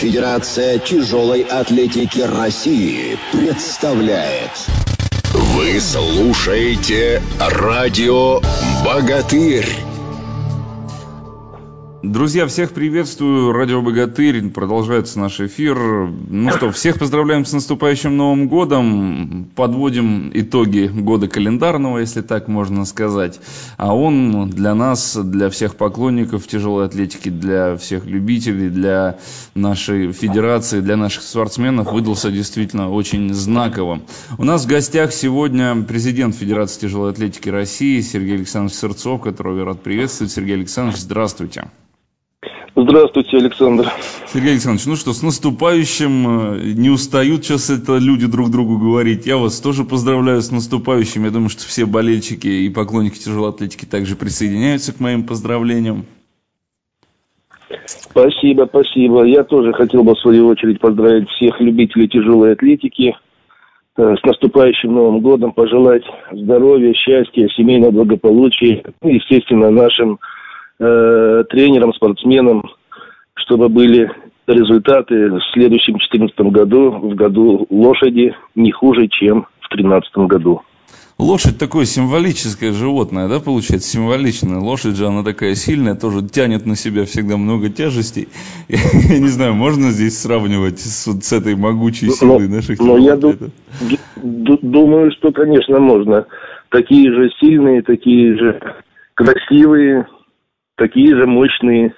Федерация тяжелой атлетики России представляет. Вы слушаете радио «Богатырь». Друзья, всех приветствую. Радио «Богатырь». Продолжается наш эфир. Ну что, всех поздравляем с наступающим Новым годом. Подводим итоги года календарного, если так можно сказать. А он для нас, для всех поклонников тяжелой атлетики, для всех любителей, для нашей федерации, для наших спортсменов выдался действительно очень знаковым. У нас в гостях сегодня президент Федерации тяжелой атлетики России Сергей Александрович Сырцов, которого я рад приветствовать. Сергей Александрович, здравствуйте. Здравствуйте, Александр. Сергей Александрович, ну что, с наступающим. Не устают сейчас это люди друг другу говорить. Я вас тоже поздравляю с наступающим. Я думаю, что все болельщики и поклонники тяжелой атлетики также присоединяются к моим поздравлениям. Спасибо. Я тоже хотел бы в свою очередь поздравить всех любителей тяжелой атлетики с наступающим Новым годом, пожелать здоровья, счастья, семейного благополучия и, естественно, нашим тренерам, спортсменам, чтобы были результаты в следующем 2014 году, в году лошади, не хуже, чем в 2013 году. Лошадь такое символическое животное, да, получается, символичное. Лошадь же, она такая сильная, тоже тянет на себя всегда много тяжестей. Я не знаю, можно здесь сравнивать с этой могучей силой наших тяжелых атлетов? Думаю, что, конечно, можно. Такие же сильные, такие же красивые, такие же мощные.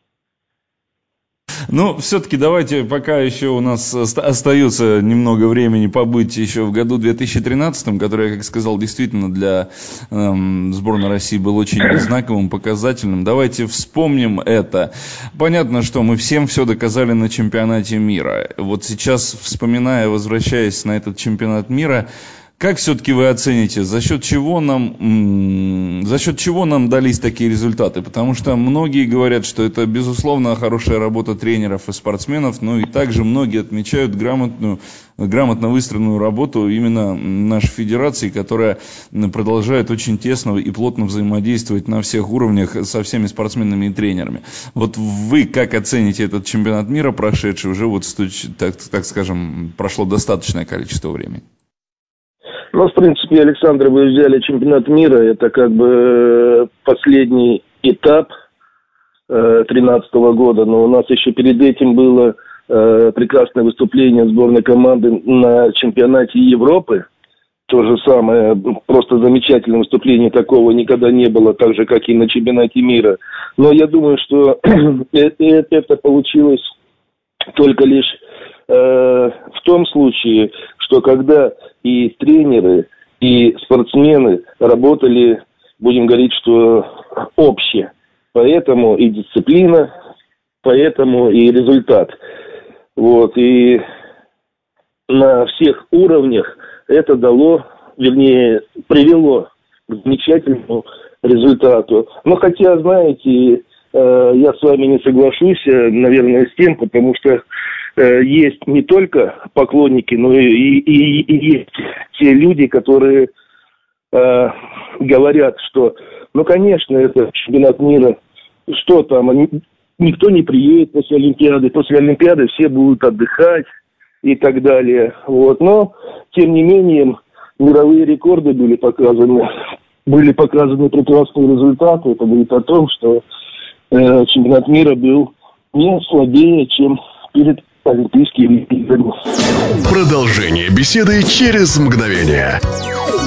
Ну, все-таки давайте, пока еще у нас остается немного времени побыть еще в году 2013, который, как сказал, действительно для сборной России был очень знаковым, показательным. Давайте вспомним это. Понятно, что мы всем все доказали на чемпионате мира. Вот сейчас, вспоминая, возвращаясь на этот чемпионат мира, как все-таки вы оцените, за счет чего нам дались такие результаты? Потому что многие говорят, что это, безусловно, хорошая работа тренеров и спортсменов, но и также многие отмечают грамотно выстроенную работу именно нашей федерации, которая продолжает очень тесно и плотно взаимодействовать на всех уровнях со всеми спортсменами и тренерами. Вот вы как оцените этот чемпионат мира прошедший? Уже вот, так скажем, прошло достаточное количество времени. Ну, в принципе, Александр, вы взяли чемпионат мира, это как бы последний этап 2013 года, но у нас еще перед этим было прекрасное выступление сборной команды на чемпионате Европы. То же самое, просто замечательное выступление, такого никогда не было, так же, как и на чемпионате мира. Но я думаю, что это получилось только лишь в том случае, что когда и тренеры, и спортсмены работали, будем говорить, что обще. Поэтому и дисциплина, поэтому и результат. Вот. И на всех уровнях это привело к замечательному результату. Но хотя, знаете, я с вами не соглашусь, наверное, с тем, потому что есть не только поклонники, но и есть те люди, которые говорят, что, ну, конечно, это чемпионат мира, что там, никто не приедет после Олимпиады все будут отдыхать и так далее. Вот. Но, тем не менее, мировые рекорды были показаны прекрасные результаты. Это говорит о том, что чемпионат мира был не слабее, чем перед Олимпийскими играми. Продолжение беседы через мгновение.